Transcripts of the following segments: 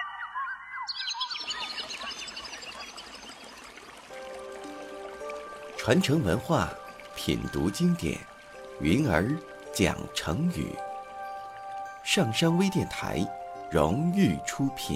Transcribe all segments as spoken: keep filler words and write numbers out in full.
传承文化，品读经典，云儿讲成语。上山微电台荣誉出品。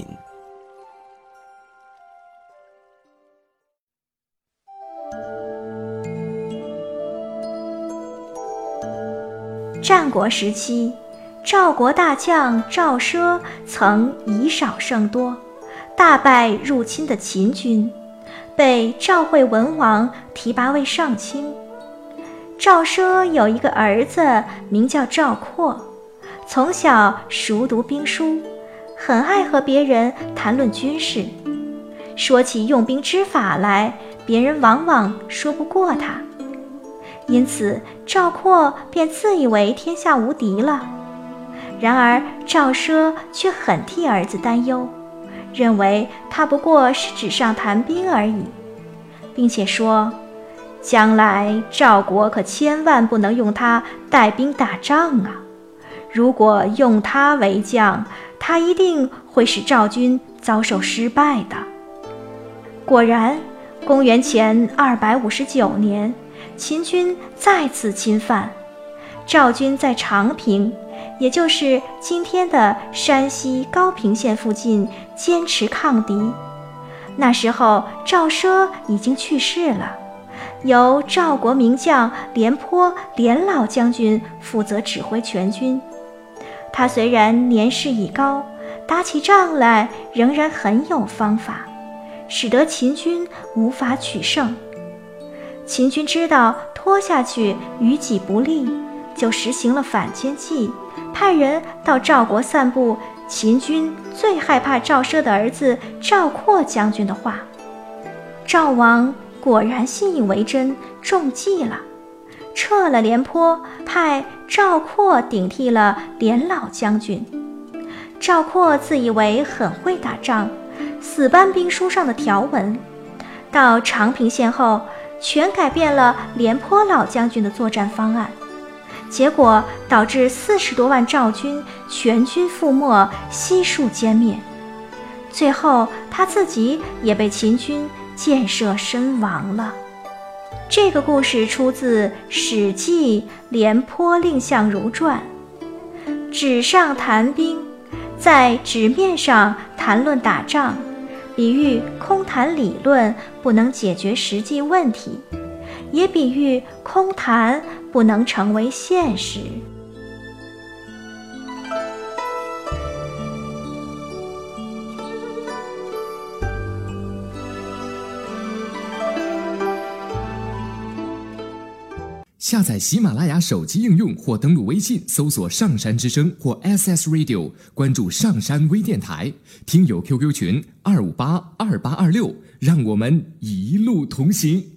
战国时期，赵国大将赵奢曾以少胜多，大败入侵的秦军，被赵惠文王提拔为上卿。赵奢有一个儿子名叫赵括，从小熟读兵书，很爱和别人谈论军事。说起用兵之法来，别人往往说不过他，因此赵括便自以为天下无敌了。然而赵奢却很替儿子担忧，认为他不过是纸上谈兵而已，并且说，将来赵国可千万不能用他带兵打仗啊！如果用他为将，他一定会使赵军遭受失败的。果然，公元前二百五十九年，秦军再次侵犯，赵军在长平，也就是今天的山西高平县附近坚持抗敌。那时候赵奢已经去世了，由赵国名将廉颇廉老将军负责指挥全军。他虽然年事已高，打起仗来仍然很有方法，使得秦军无法取胜。秦军知道拖下去于己不利，就实行了反间计，派人到赵国散布秦军最害怕赵奢的儿子赵括将军的话。赵王果然信以为真，中计了，撤了廉颇，派赵括顶替了廉老将军。赵括自以为很会打仗，死搬兵书上的条文，到长平县后全改变了廉颇老将军的作战方案，结果导致四十多万赵军全军覆没，悉数歼灭。最后他自己也被秦军箭射身亡了。这个故事出自《史记·廉颇蔺相如传》。纸上谈兵，在纸面上谈论打仗，比喻空谈理论不能解决实际问题，也比喻空谈不能成为现实。 下载喜马拉雅手机应用或登录微信搜索上山之声或 S S Radio， 关注上山微电台，听友 Q Q 群二五八二八二六，让我们一路同行。